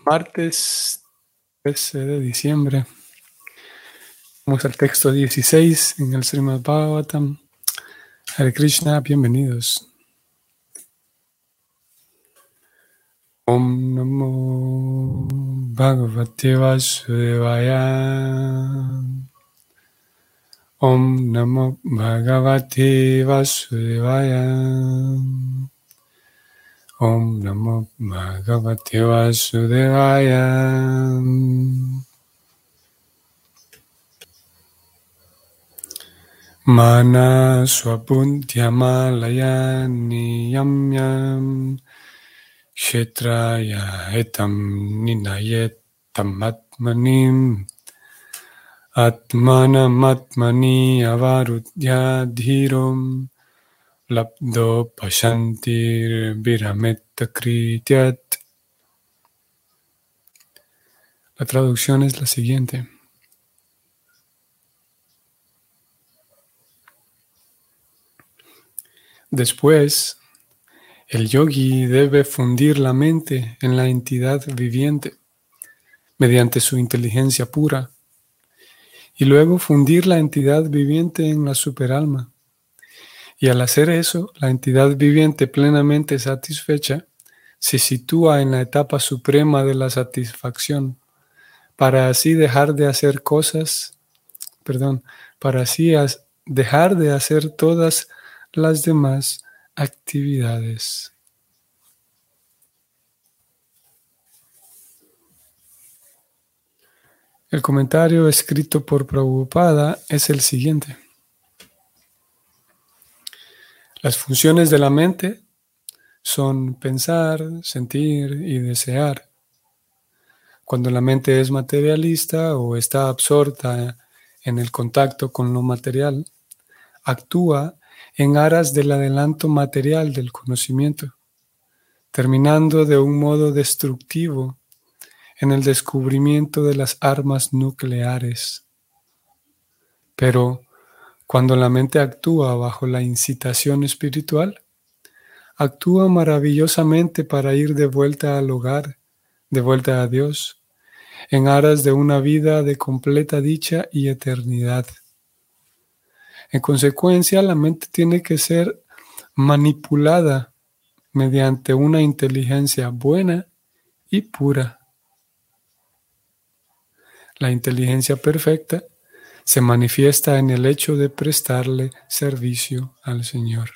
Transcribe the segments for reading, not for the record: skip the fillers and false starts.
Martes 13 de diciembre. Vamos al texto 16 en el Srimad Bhagavatam. Hare Krishna, bienvenidos. Om Namo Bhagavate Vasudevaya. Om Namo Bhagavate Vasudevaya. Om Namo Bhagavate Vasudevaya. Mana swapunthyamalaya niyamyam kshetraya etam ninayetam atmanim atmanam atmani avarudhya dhirom labdo pashantir virametta krityat. La traducción es la siguiente. Después, el yogi debe fundir la mente en la entidad viviente mediante su inteligencia pura y luego fundir la entidad viviente en la superalma. Y al hacer eso, la entidad viviente plenamente satisfecha se sitúa en la etapa suprema de la satisfacción para así dejar de hacer dejar de hacer todas las demás actividades. El comentario escrito por Prabhupada es el siguiente. Las funciones de la mente son pensar, sentir y desear. Cuando la mente es materialista o está absorta en el contacto con lo material, actúa en aras del adelanto material del conocimiento, terminando de un modo destructivo en el descubrimiento de las armas nucleares. Pero cuando la mente actúa bajo la incitación espiritual, actúa maravillosamente para ir de vuelta al hogar, de vuelta a Dios, en aras de una vida de completa dicha y eternidad. En consecuencia, la mente tiene que ser manipulada mediante una inteligencia buena y pura. La inteligencia perfecta se manifiesta en el hecho de prestarle servicio al Señor.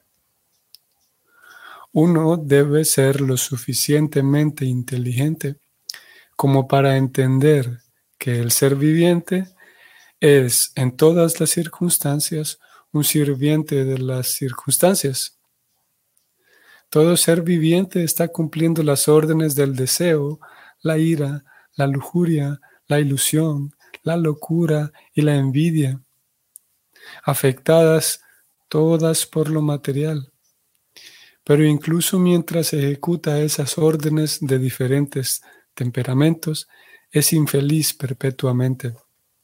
Uno debe ser lo suficientemente inteligente como para entender que el ser viviente es en todas las circunstancias un sirviente de las circunstancias. Todo ser viviente está cumpliendo las órdenes del deseo, la ira, la lujuria, la ilusión, la locura y la envidia, afectadas todas por lo material. Pero incluso mientras ejecuta esas órdenes de diferentes temperamentos, es infeliz perpetuamente.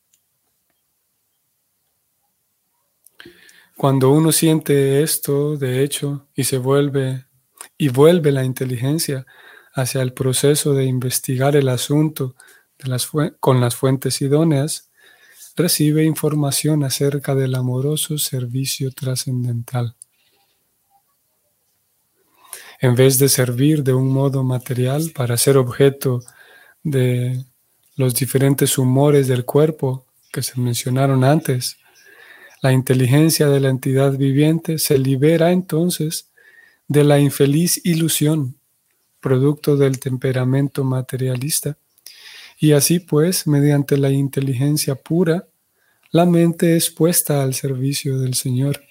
Cuando uno siente esto, de hecho, vuelve la inteligencia hacia el proceso de investigar el asunto con las fuentes idóneas, recibe información acerca del amoroso servicio trascendental. En vez de servir de un modo material para ser objeto de los diferentes humores del cuerpo que se mencionaron antes, la inteligencia de la entidad viviente se libera entonces de la infeliz ilusión, producto del temperamento materialista, y así pues, mediante la inteligencia pura, la mente es puesta al servicio del Señor.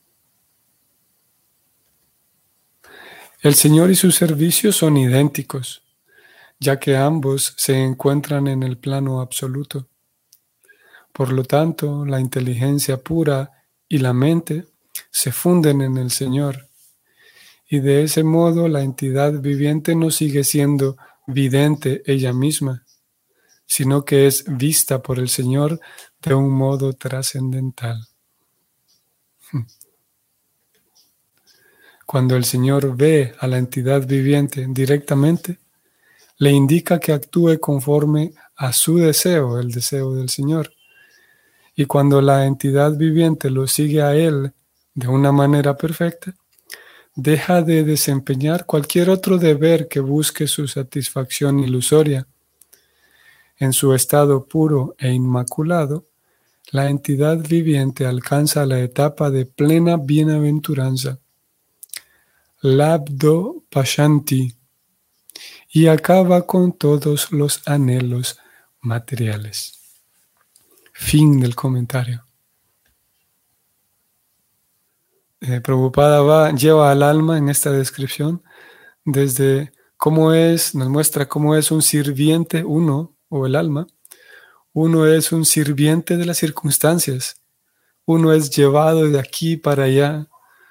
El Señor y su servicio son idénticos, ya que ambos se encuentran en el plano absoluto. Por lo tanto, la inteligencia pura y la mente se funden en el Señor, y de ese modo la entidad viviente no sigue siendo vidente ella misma, sino que es vista por el Señor de un modo trascendental. Cuando el Señor ve a la entidad viviente directamente, le indica que actúe conforme a su deseo, el deseo del Señor. Y cuando la entidad viviente lo sigue a Él de una manera perfecta, deja de desempeñar cualquier otro deber que busque su satisfacción ilusoria. En su estado puro e inmaculado, la entidad viviente alcanza la etapa de plena bienaventuranza, Labdo Pashanti, y acaba con todos los anhelos materiales. Fin del comentario. Prabhupada lleva al alma en esta descripción desde nos muestra cómo es un sirviente, uno, o el alma. Uno es un sirviente de las circunstancias. Uno es llevado de aquí para allá,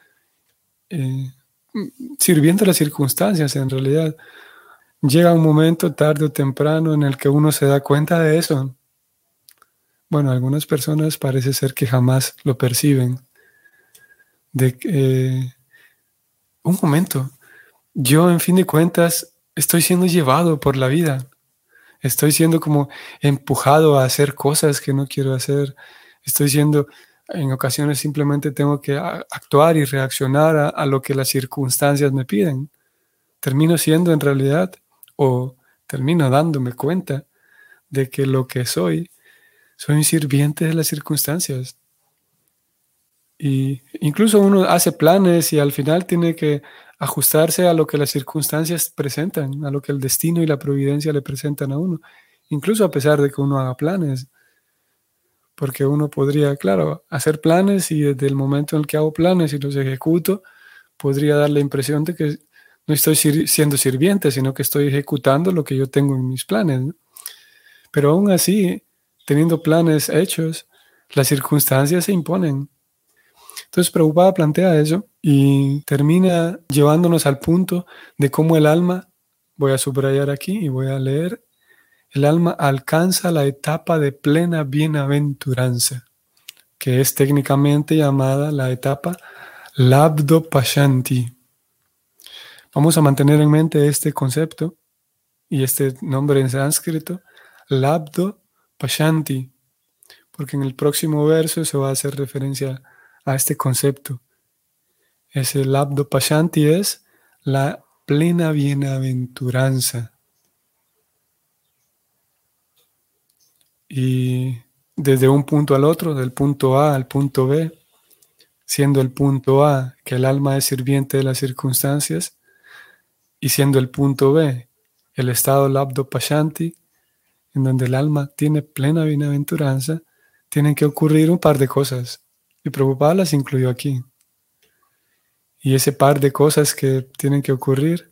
sirviendo a las circunstancias en realidad. Llega un momento tarde o temprano en el que uno se da cuenta de eso. Bueno, algunas personas parece ser que jamás lo perciben. Un momento, yo en fin de cuentas estoy siendo llevado por la vida. Estoy siendo como empujado a hacer cosas que no quiero hacer. En ocasiones simplemente tengo que actuar y reaccionar a lo que las circunstancias me piden. Termino siendo en realidad, o termino dándome cuenta de que lo que soy un sirviente de las circunstancias. Y incluso uno hace planes y al final tiene que ajustarse a lo que las circunstancias presentan, a lo que el destino y la providencia le presentan a uno, incluso a pesar de que uno haga planes. Porque uno podría, claro, hacer planes y desde el momento en el que hago planes y los ejecuto, podría dar la impresión de que no estoy siendo sirviente, sino que estoy ejecutando lo que yo tengo en mis planes, ¿no? Pero aún así, teniendo planes hechos, las circunstancias se imponen. Entonces Prabhupada plantea eso y termina llevándonos al punto de cómo el alma, voy a subrayar aquí y voy a leer, el alma alcanza la etapa de plena bienaventuranza, que es técnicamente llamada la etapa Labdo Pashanti. Vamos a mantener en mente este concepto y este nombre en sánscrito, Labdo Pashanti, porque en el próximo verso se va a hacer referencia a este concepto. Ese Labdo Pashanti es la plena bienaventuranza. Y desde un punto al otro, del punto A al punto B, siendo el punto A que el alma es sirviente de las circunstancias, y siendo el punto B el estado Labdo Pashanti, en donde el alma tiene plena bienaventuranza, tienen que ocurrir un par de cosas. Y Prabhupada las incluyó aquí. Y ese par de cosas que tienen que ocurrir,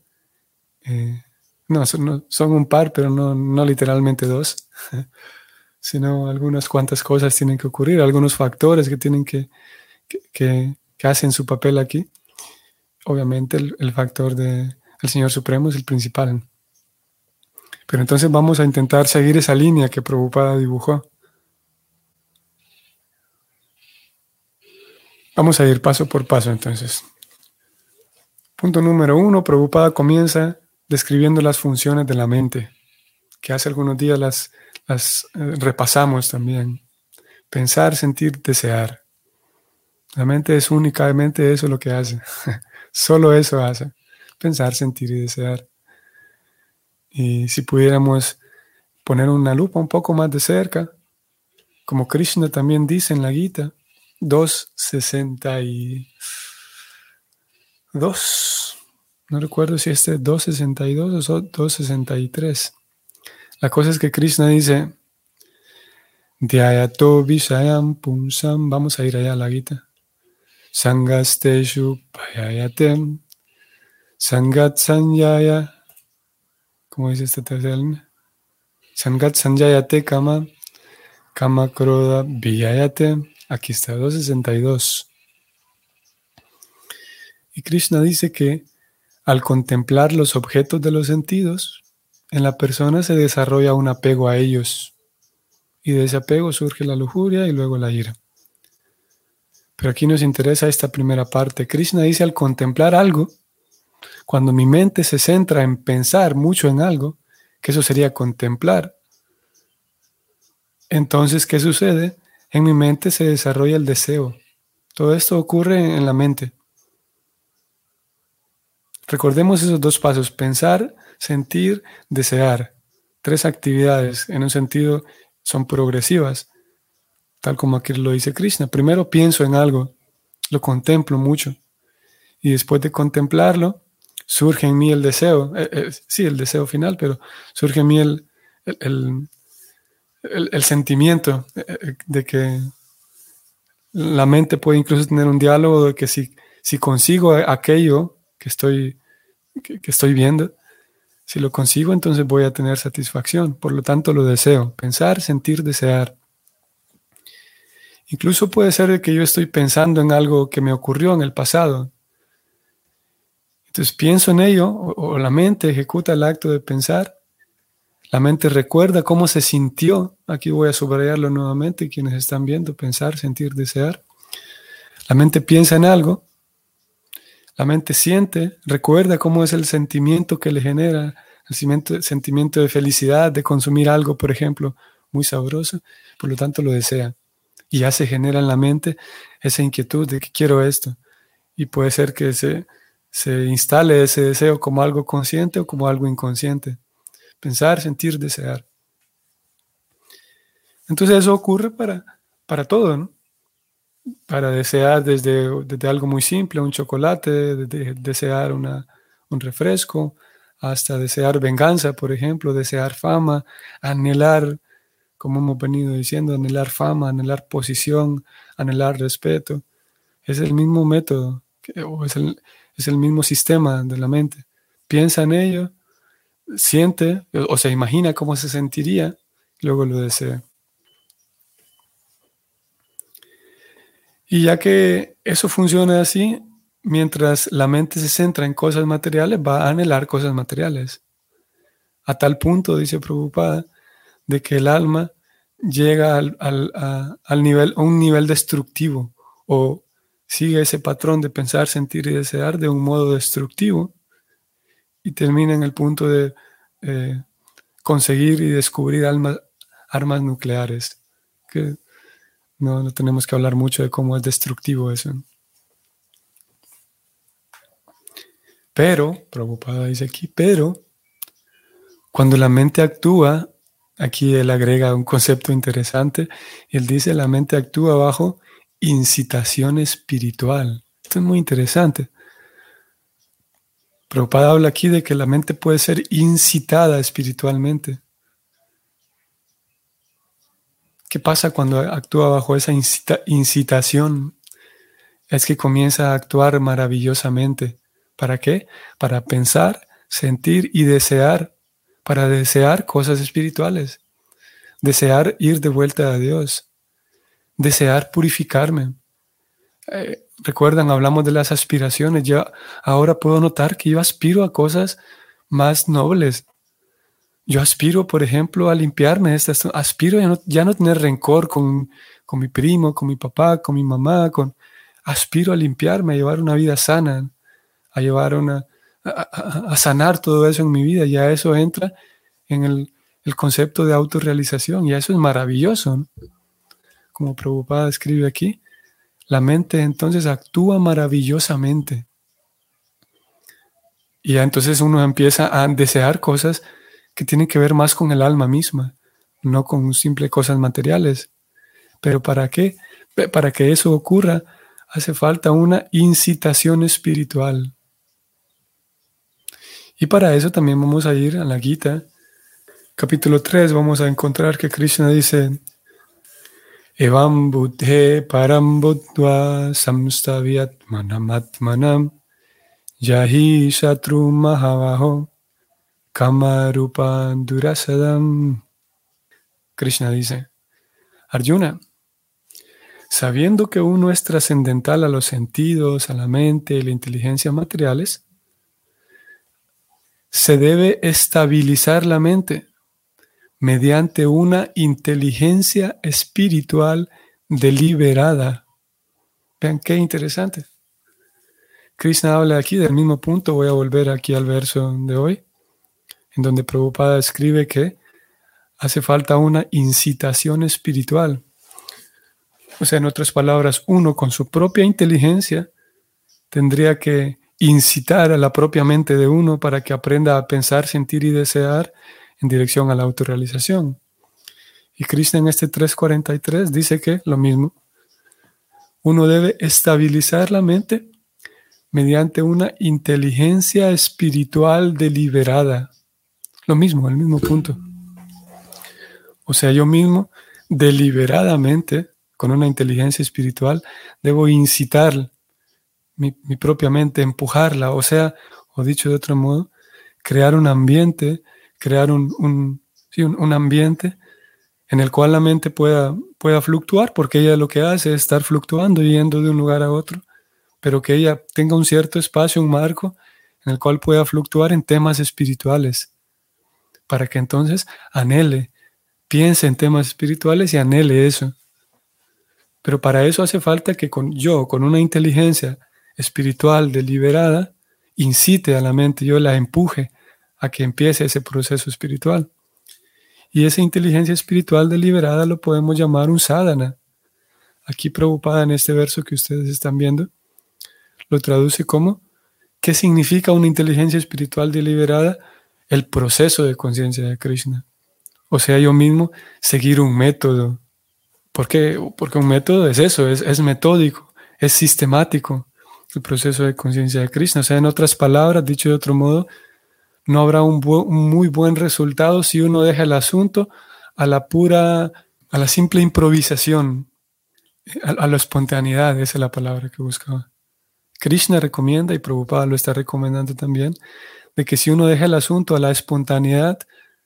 son un par, pero no literalmente dos, sino algunas cuantas cosas tienen que ocurrir, algunos factores que tienen que hacen su papel aquí. Obviamente el factor del Señor Supremo es el principal. Pero entonces vamos a intentar seguir esa línea que Prabhupada dibujó. Vamos a ir paso por paso entonces. Punto número 1, Prabhupada comienza describiendo las funciones de la mente, que hace algunos días las repasamos también. Pensar, sentir, desear. La mente es únicamente eso lo que hace. Solo eso hace. Pensar, sentir y desear. Y si pudiéramos poner una lupa un poco más de cerca, como Krishna también dice en la Gita, 2.62, no recuerdo si este es 2.62 o 2.63. La cosa es que Krishna dice, Dhyayato Vishayam Punsam, vamos a ir allá a la Gita, Sangasteshu Payayatem, Sangat Sanyaya, ¿cómo dice esta tercera línea? Sangat Sanyayate Kama, Kama Kroda Viyayate. Aquí está, 2.62. Y Krishna dice que al contemplar los objetos de los sentidos, en la persona se desarrolla un apego a ellos. Y de ese apego surge la lujuria y luego la ira. Pero aquí nos interesa esta primera parte. Krishna dice al contemplar algo, cuando mi mente se centra en pensar mucho en algo, que eso sería contemplar. Entonces, ¿qué sucede? En mi mente se desarrolla el deseo. Todo esto ocurre en la mente. Recordemos esos 2 pasos: pensar, sentir, desear. 3 actividades, en un sentido, son progresivas, tal como aquí lo dice Krishna. Primero pienso en algo, lo contemplo mucho, y después de contemplarlo, surge en mí el deseo, sí, el deseo final, pero surge en mí el, el sentimiento de que la mente puede incluso tener un diálogo de que si consigo aquello que estoy viendo, si lo consigo, entonces voy a tener satisfacción. Por lo tanto, lo deseo. Pensar, sentir, desear. Incluso puede ser que yo estoy pensando en algo que me ocurrió en el pasado. Entonces pienso en ello, o la mente ejecuta el acto de pensar. La mente recuerda cómo se sintió. Aquí voy a subrayarlo nuevamente, quienes están viendo: pensar, sentir, desear. La mente piensa en algo. La mente siente, recuerda cómo es el sentimiento que le genera, el sentimiento de felicidad de consumir algo, por ejemplo, muy sabroso. Por lo tanto, lo desea. Y ya se genera en la mente esa inquietud de que quiero esto. Y puede ser que se instale ese deseo como algo consciente o como algo inconsciente. Pensar, sentir, desear. Entonces eso ocurre para todo, ¿no? Para desear desde algo muy simple, un chocolate, desde desear un refresco, hasta desear venganza, por ejemplo, desear fama, anhelar, como hemos venido diciendo, anhelar fama, anhelar posición, anhelar respeto. Es el mismo método, o es el mismo sistema de la mente. Piensa en ello, siente o se imagina cómo se sentiría, luego lo desea. Y ya que eso funciona así, mientras la mente se centra en cosas materiales, va a anhelar cosas materiales. A tal punto, dice Prabhupada, de que el alma llega a un nivel destructivo, o sigue ese patrón de pensar, sentir y desear de un modo destructivo, y termina en el punto de conseguir y descubrir armas nucleares. Que no tenemos que hablar mucho de cómo es destructivo eso. Pero, Prabhupada dice aquí, pero cuando la mente actúa, aquí él agrega un concepto interesante. Él dice: la mente actúa bajo incitación espiritual. Esto es muy interesante. Prabhupada habla aquí de que la mente puede ser incitada espiritualmente. ¿Qué pasa cuando actúa bajo esa incitación? Es que comienza a actuar maravillosamente. ¿Para qué? Para pensar, sentir y desear. Para desear cosas espirituales. Desear ir de vuelta a Dios. Desear purificarme. Recuerdan, hablamos de las aspiraciones. Yo ahora puedo notar que yo aspiro a cosas más nobles. Yo aspiro, por ejemplo, a limpiarme. Aspiro a ya no tener rencor con mi primo, con mi papá, con mi mamá. Aspiro a limpiarme, a llevar una vida sana, a llevar a sanar todo eso en mi vida. Ya eso entra en el concepto de autorrealización. Y eso es maravilloso, ¿no? Como Prabhupada escribe aquí, la mente entonces actúa maravillosamente. Y ya entonces uno empieza a desear cosas que tienen que ver más con el alma misma, no con simples cosas materiales. ¿Pero para qué? Para que eso ocurra, hace falta una incitación espiritual. Y para eso también vamos a ir a la Gita, capítulo 3, vamos a encontrar que Krishna dice: Evam buddhe param buddhva samstavyat manamatmanam yahi shatru mahavaho kamarupan durasadam. Krishna dice: Arjuna, sabiendo que uno es trascendental a los sentidos, a la mente y la inteligencia materiales, se debe estabilizar la mente mediante una inteligencia espiritual deliberada. Vean qué interesante. Krishna habla aquí del mismo punto. Voy a volver aquí al verso de hoy. en donde Prabhupada escribe que hace falta una incitación espiritual. O sea, en otras palabras, uno con su propia inteligencia tendría que incitar a la propia mente de uno para que aprenda a pensar, sentir y desear en dirección a la autorrealización. Y Krishna en este 3.43 dice que lo mismo. Uno debe estabilizar la mente mediante una inteligencia espiritual deliberada. Lo mismo, el mismo punto. O sea, yo mismo, deliberadamente, con una inteligencia espiritual, debo incitar mi propia mente, empujarla. O sea, o dicho de otro modo, crear un ambiente, crear un ambiente en el cual la mente pueda fluctuar, porque ella lo que hace es estar fluctuando, yendo de un lugar a otro, pero que ella tenga un cierto espacio, un marco, en el cual pueda fluctuar en temas espirituales, para que entonces anhele, piense en temas espirituales y anhele eso. Pero para eso hace falta que con una inteligencia espiritual deliberada, incite a la mente, yo la empuje a que empiece ese proceso espiritual. Y esa inteligencia espiritual deliberada lo podemos llamar un sadhana. Aquí Prabhupada en este verso que ustedes están viendo, lo traduce como, ¿qué significa una inteligencia espiritual deliberada? El proceso de conciencia de Krishna. O sea, yo mismo seguir un método. ¿Por qué? Porque un método es eso, es metódico, es sistemático, el proceso de conciencia de Krishna. O sea, en otras palabras, dicho de otro modo, no habrá un muy buen resultado si uno deja el asunto a la simple improvisación, a la espontaneidad, esa es la palabra que buscaba. Krishna recomienda, y Prabhupada lo está recomendando también, de que si uno deja el asunto a la espontaneidad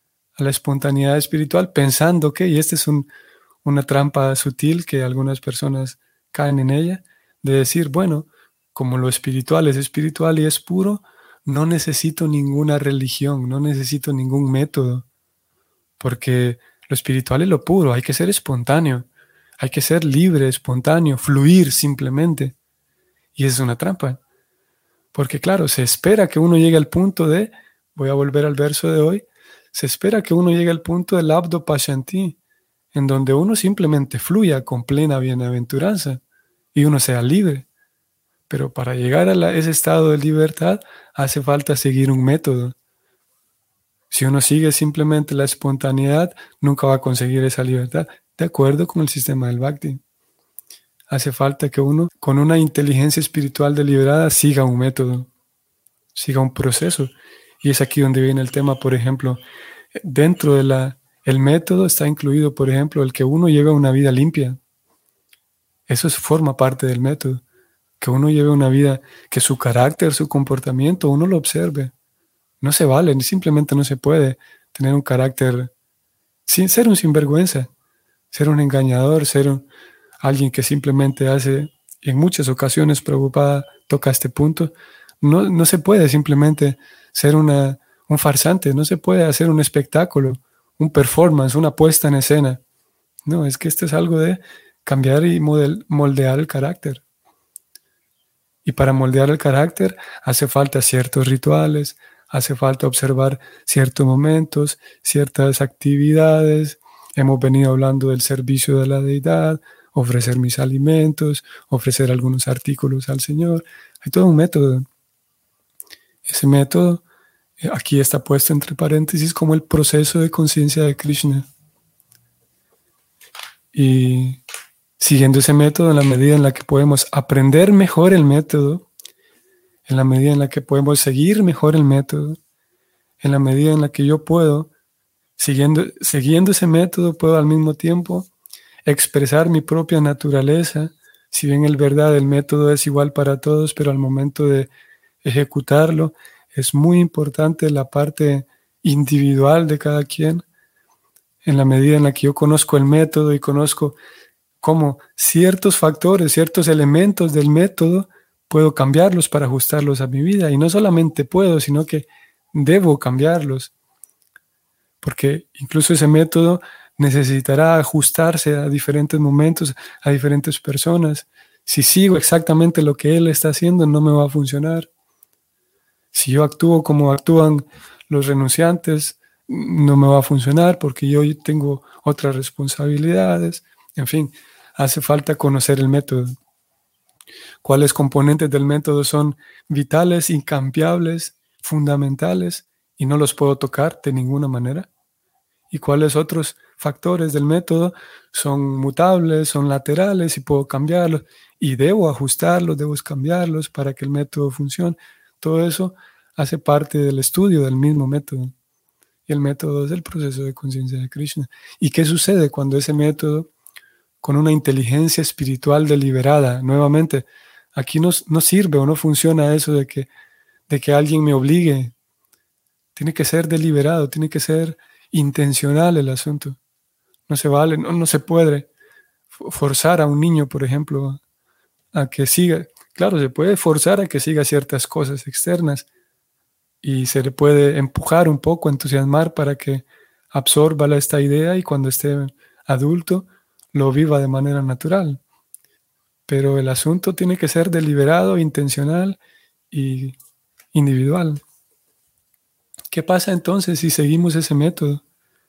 espiritual, pensando que, y esta es una trampa sutil que algunas personas caen en ella, de decir, bueno, como lo espiritual es espiritual y es puro, no necesito ninguna religión, no necesito ningún método, porque lo espiritual es lo puro, hay que ser espontáneo, hay que ser libre, espontáneo, fluir simplemente. Y es una trampa, porque claro, se espera que uno llegue al punto de, voy a volver al verso de hoy, se espera que uno llegue al punto del abdo pashanti, en donde uno simplemente fluya con plena bienaventuranza y uno sea libre. Pero para llegar a ese estado de libertad hace falta seguir un método. Si uno sigue simplemente la espontaneidad, nunca va a conseguir esa libertad, de acuerdo con el sistema del Bhakti. Hace falta que uno, con una inteligencia espiritual deliberada, siga un método, siga un proceso. Y es aquí donde viene el tema, por ejemplo, dentro del método está incluido, por ejemplo, el que uno lleve una vida limpia. Eso forma parte del método. Que uno lleve una vida, que su carácter, su comportamiento, uno lo observe. No se vale, simplemente no se puede tener un carácter, sin ser un sinvergüenza, ser un engañador, ser alguien que simplemente hace, y en muchas ocasiones Prabhupada toca este punto, no se puede simplemente ser un farsante, no se puede hacer un espectáculo, un performance, una puesta en escena. No, es que esto es algo de cambiar y moldear el carácter. Y para moldear el carácter hace falta ciertos rituales, hace falta observar ciertos momentos, ciertas actividades. Hemos venido hablando del servicio de la deidad, ofrecer mis alimentos, ofrecer algunos artículos al Señor. Hay todo un método. Ese método aquí está puesto entre paréntesis como el proceso de conciencia de Krishna. Y siguiendo ese método, en la medida en la que podemos aprender mejor el método, en la medida en la que podemos seguir mejor el método, en la medida en la que yo puedo, siguiendo ese método, puedo al mismo tiempo expresar mi propia naturaleza, si bien en verdad el método es igual para todos, pero al momento de ejecutarlo es muy importante la parte individual de cada quien. En la medida en la que yo conozco el método y conozco cómo ciertos factores, ciertos elementos del método, puedo cambiarlos para ajustarlos a mi vida. Y no solamente puedo, sino que debo cambiarlos. Porque incluso ese método necesitará ajustarse a diferentes momentos, a diferentes personas. Si sigo exactamente lo que él está haciendo, no me va a funcionar. Si yo actúo como actúan los renunciantes no me va a funcionar porque yo tengo otras responsabilidades. En fin, hace falta conocer el método. ¿Cuáles componentes del método son vitales, incambiables, fundamentales y no los puedo tocar de ninguna manera? ¿Y cuáles otros factores del método son mutables, son laterales y puedo cambiarlos y debo ajustarlos, debo cambiarlos para que el método funcione? Todo eso hace parte del estudio del mismo método. Y el método es el proceso de conciencia de Krishna. ¿Y qué sucede cuando ese método, con una inteligencia espiritual deliberada, nuevamente, aquí no sirve o no funciona eso de que alguien me obligue? Tiene que ser deliberado, tiene que ser intencional el asunto. No se vale, no se puede forzar a un niño, por ejemplo, a que siga. Claro, se puede forzar a que siga ciertas cosas externas y se le puede empujar un poco, entusiasmar para que absorba esta idea y cuando esté adulto lo viva de manera natural. Pero el asunto tiene que ser deliberado, intencional y individual. ¿Qué pasa entonces si seguimos ese método?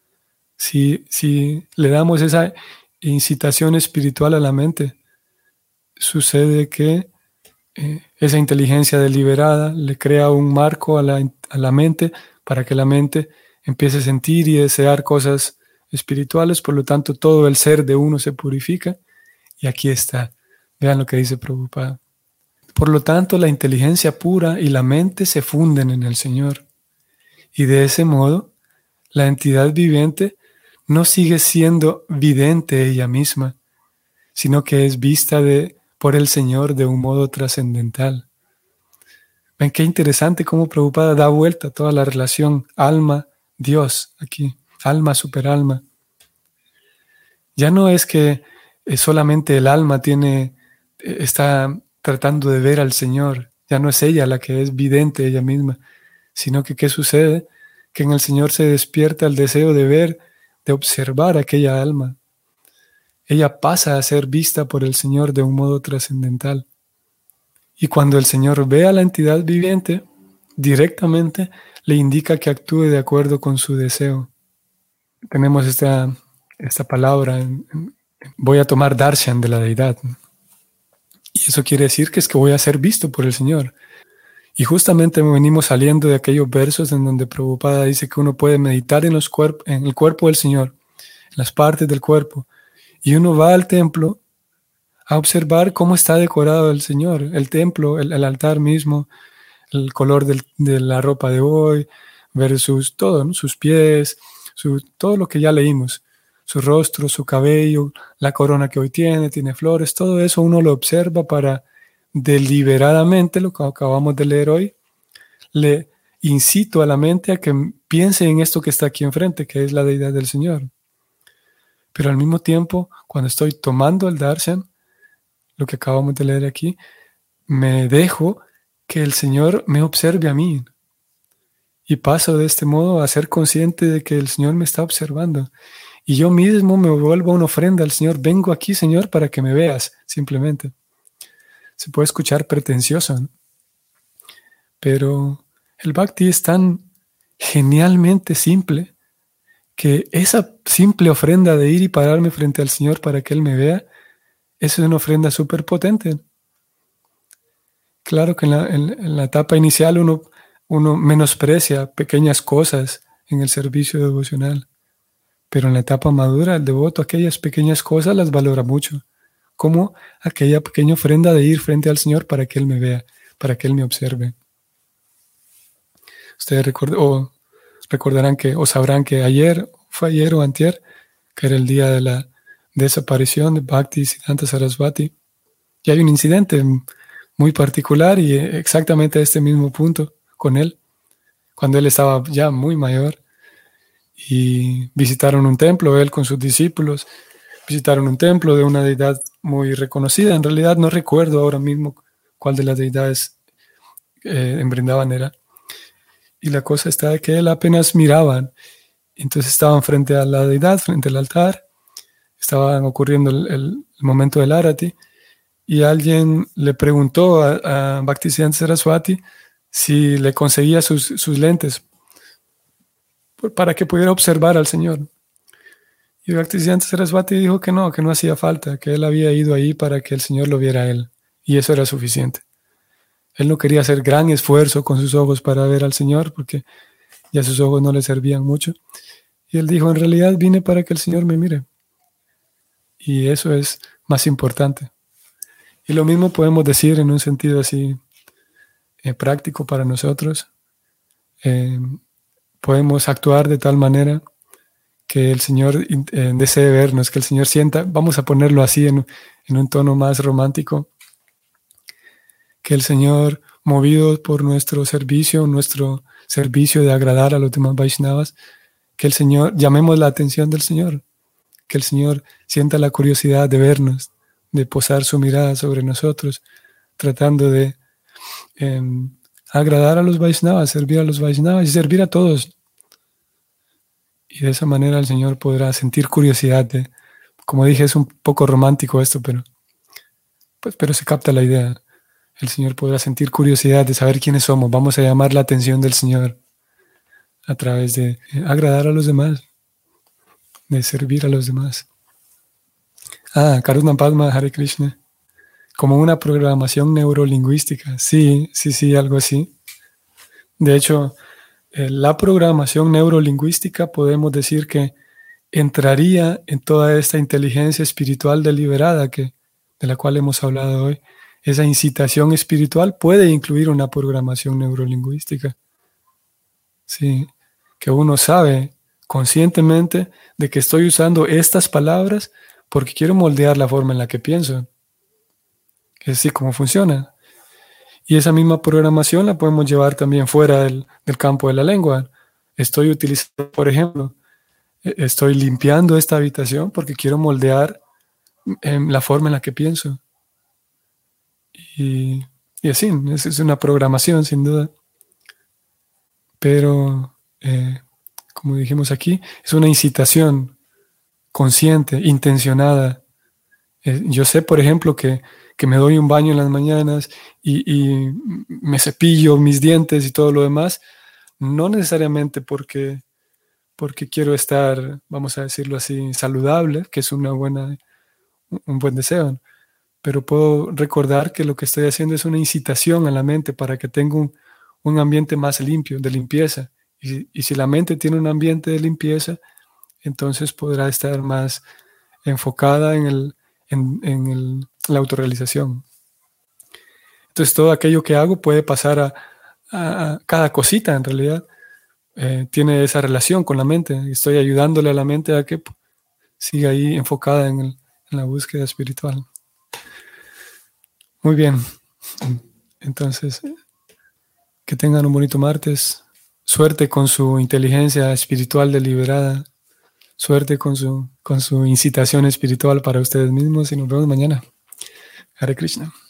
Si le damos esa incitación espiritual a la mente, sucede que esa inteligencia deliberada le crea un marco a la mente para que la mente empiece a sentir y desear cosas espirituales, por lo tanto todo el ser de uno se purifica y aquí está. Vean lo que dice Prabhupada. Por lo tanto, la inteligencia pura y la mente se funden en el Señor y de ese modo la entidad viviente no sigue siendo vidente ella misma, sino que es vista por el Señor de un modo trascendental. Ven qué interesante cómo Prabhupada da vuelta a toda la relación alma-Dios aquí, alma-superalma. Ya no es que solamente el alma está tratando de ver al Señor, ya no es ella la que es vidente ella misma, sino que ¿qué sucede? Que en el Señor se despierta el deseo de ver, de observar aquella alma. Ella pasa a ser vista por el Señor de un modo trascendental. Y cuando el Señor ve a la entidad viviente, directamente le indica que actúe de acuerdo con su deseo. Tenemos esta palabra, voy a tomar darshan de la deidad. Y eso quiere decir que es que voy a ser visto por el Señor. Y justamente venimos saliendo de aquellos versos en donde Prabhupada dice que uno puede meditar en el cuerpo del Señor, en las partes del cuerpo. Y uno va al templo a observar cómo está decorado el Señor, el templo, el altar mismo, el color de la ropa de hoy, versus todo, ¿no? Sus pies, todo lo que ya leímos, su rostro, su cabello, la corona que hoy tiene flores, todo eso uno lo observa para deliberadamente, lo que acabamos de leer hoy, le incito a la mente a que piense en esto que está aquí enfrente, que es la deidad del Señor. Pero al mismo tiempo, cuando estoy tomando el darshan, lo que acabamos de leer aquí, me dejo que el Señor me observe a mí. Y paso de este modo a ser consciente de que el Señor me está observando. Y yo mismo me vuelvo una ofrenda al Señor. Vengo aquí, Señor, para que me veas, simplemente. Se puede escuchar pretencioso, ¿no? Pero el Bhakti es tan genialmente simple que esa simple ofrenda de ir y pararme frente al Señor para que Él me vea, eso es una ofrenda súper potente. Claro que en la etapa inicial uno menosprecia pequeñas cosas en el servicio devocional, pero en la etapa madura el devoto aquellas pequeñas cosas las valora mucho, como aquella pequeña ofrenda de ir frente al Señor para que Él me vea, para que Él me observe. Ustedes recordarán o sabrán que fue ayer o antier, que era el día de la desaparición de Bhakti Siddhanta Sarasvati, y hay un incidente muy particular y exactamente a este mismo punto con él, cuando él estaba ya muy mayor y visitaron un templo, él con sus discípulos, visitaron un templo de una deidad muy reconocida. En realidad no recuerdo ahora mismo cuál de las deidades en Vrindavan era. Y la cosa está de que él apenas miraban, entonces estaban frente a la deidad, frente al altar, estaban ocurriendo el momento del Arati, y alguien le preguntó a Bhaktisiddhanta Saraswati si le conseguía sus lentes, para que pudiera observar al Señor. Y Bhaktisiddhanta Saraswati dijo que no hacía falta, que él había ido ahí para que el Señor lo viera a él, y eso era suficiente. Él no quería hacer gran esfuerzo con sus ojos para ver al Señor, porque ya sus ojos no le servían mucho. Y él dijo, en realidad vine para que el Señor me mire. Y eso es más importante. Y lo mismo podemos decir en un sentido así práctico para nosotros. Podemos actuar de tal manera que el Señor desee vernos, que el Señor sienta, vamos a ponerlo así en un tono más romántico, que el Señor, movido por nuestro servicio de agradar a los demás Vaishnavas, que el Señor, llamemos la atención del Señor, que el Señor sienta la curiosidad de vernos, de posar su mirada sobre nosotros, tratando de agradar a los Vaishnavas, servir a los Vaishnavas y servir a todos. Y de esa manera el Señor podrá sentir curiosidad como dije, es un poco romántico esto, pero se capta la idea. El Señor podrá sentir curiosidad de saber quiénes somos. Vamos a llamar la atención del Señor a través de agradar a los demás, de servir a los demás. Karuna Padma, Hare Krishna. Como una programación neurolingüística. Sí, algo así. De hecho, la programación neurolingüística podemos decir que entraría en toda esta inteligencia espiritual deliberada de la cual hemos hablado hoy. Esa incitación espiritual puede incluir una programación neurolingüística. Sí, que uno sabe conscientemente de que estoy usando estas palabras porque quiero moldear la forma en la que pienso. Es así como funciona. Y esa misma programación la podemos llevar también fuera del campo de la lengua. Estoy utilizando, por ejemplo, estoy limpiando esta habitación porque quiero moldear la forma en la que pienso. Y así, es una programación sin duda. Pero, como dijimos aquí, es una incitación consciente, intencionada. Yo sé, por ejemplo, que me doy un baño en las mañanas y me cepillo mis dientes y todo lo demás, no necesariamente porque quiero estar, vamos a decirlo así, saludable, que es un buen deseo, pero puedo recordar que lo que estoy haciendo es una incitación a la mente para que tenga un ambiente más limpio, de limpieza. Y si la mente tiene un ambiente de limpieza, entonces podrá estar más enfocada en la autorrealización. Entonces todo aquello que hago puede pasar a cada cosita en realidad. Tiene esa relación con la mente. Estoy ayudándole a la mente a que siga ahí enfocada en la búsqueda espiritual. Muy bien. Entonces, que tengan un bonito martes. Suerte con su inteligencia espiritual deliberada. Suerte con su incitación espiritual para ustedes mismos y nos vemos mañana. Hare Krishna.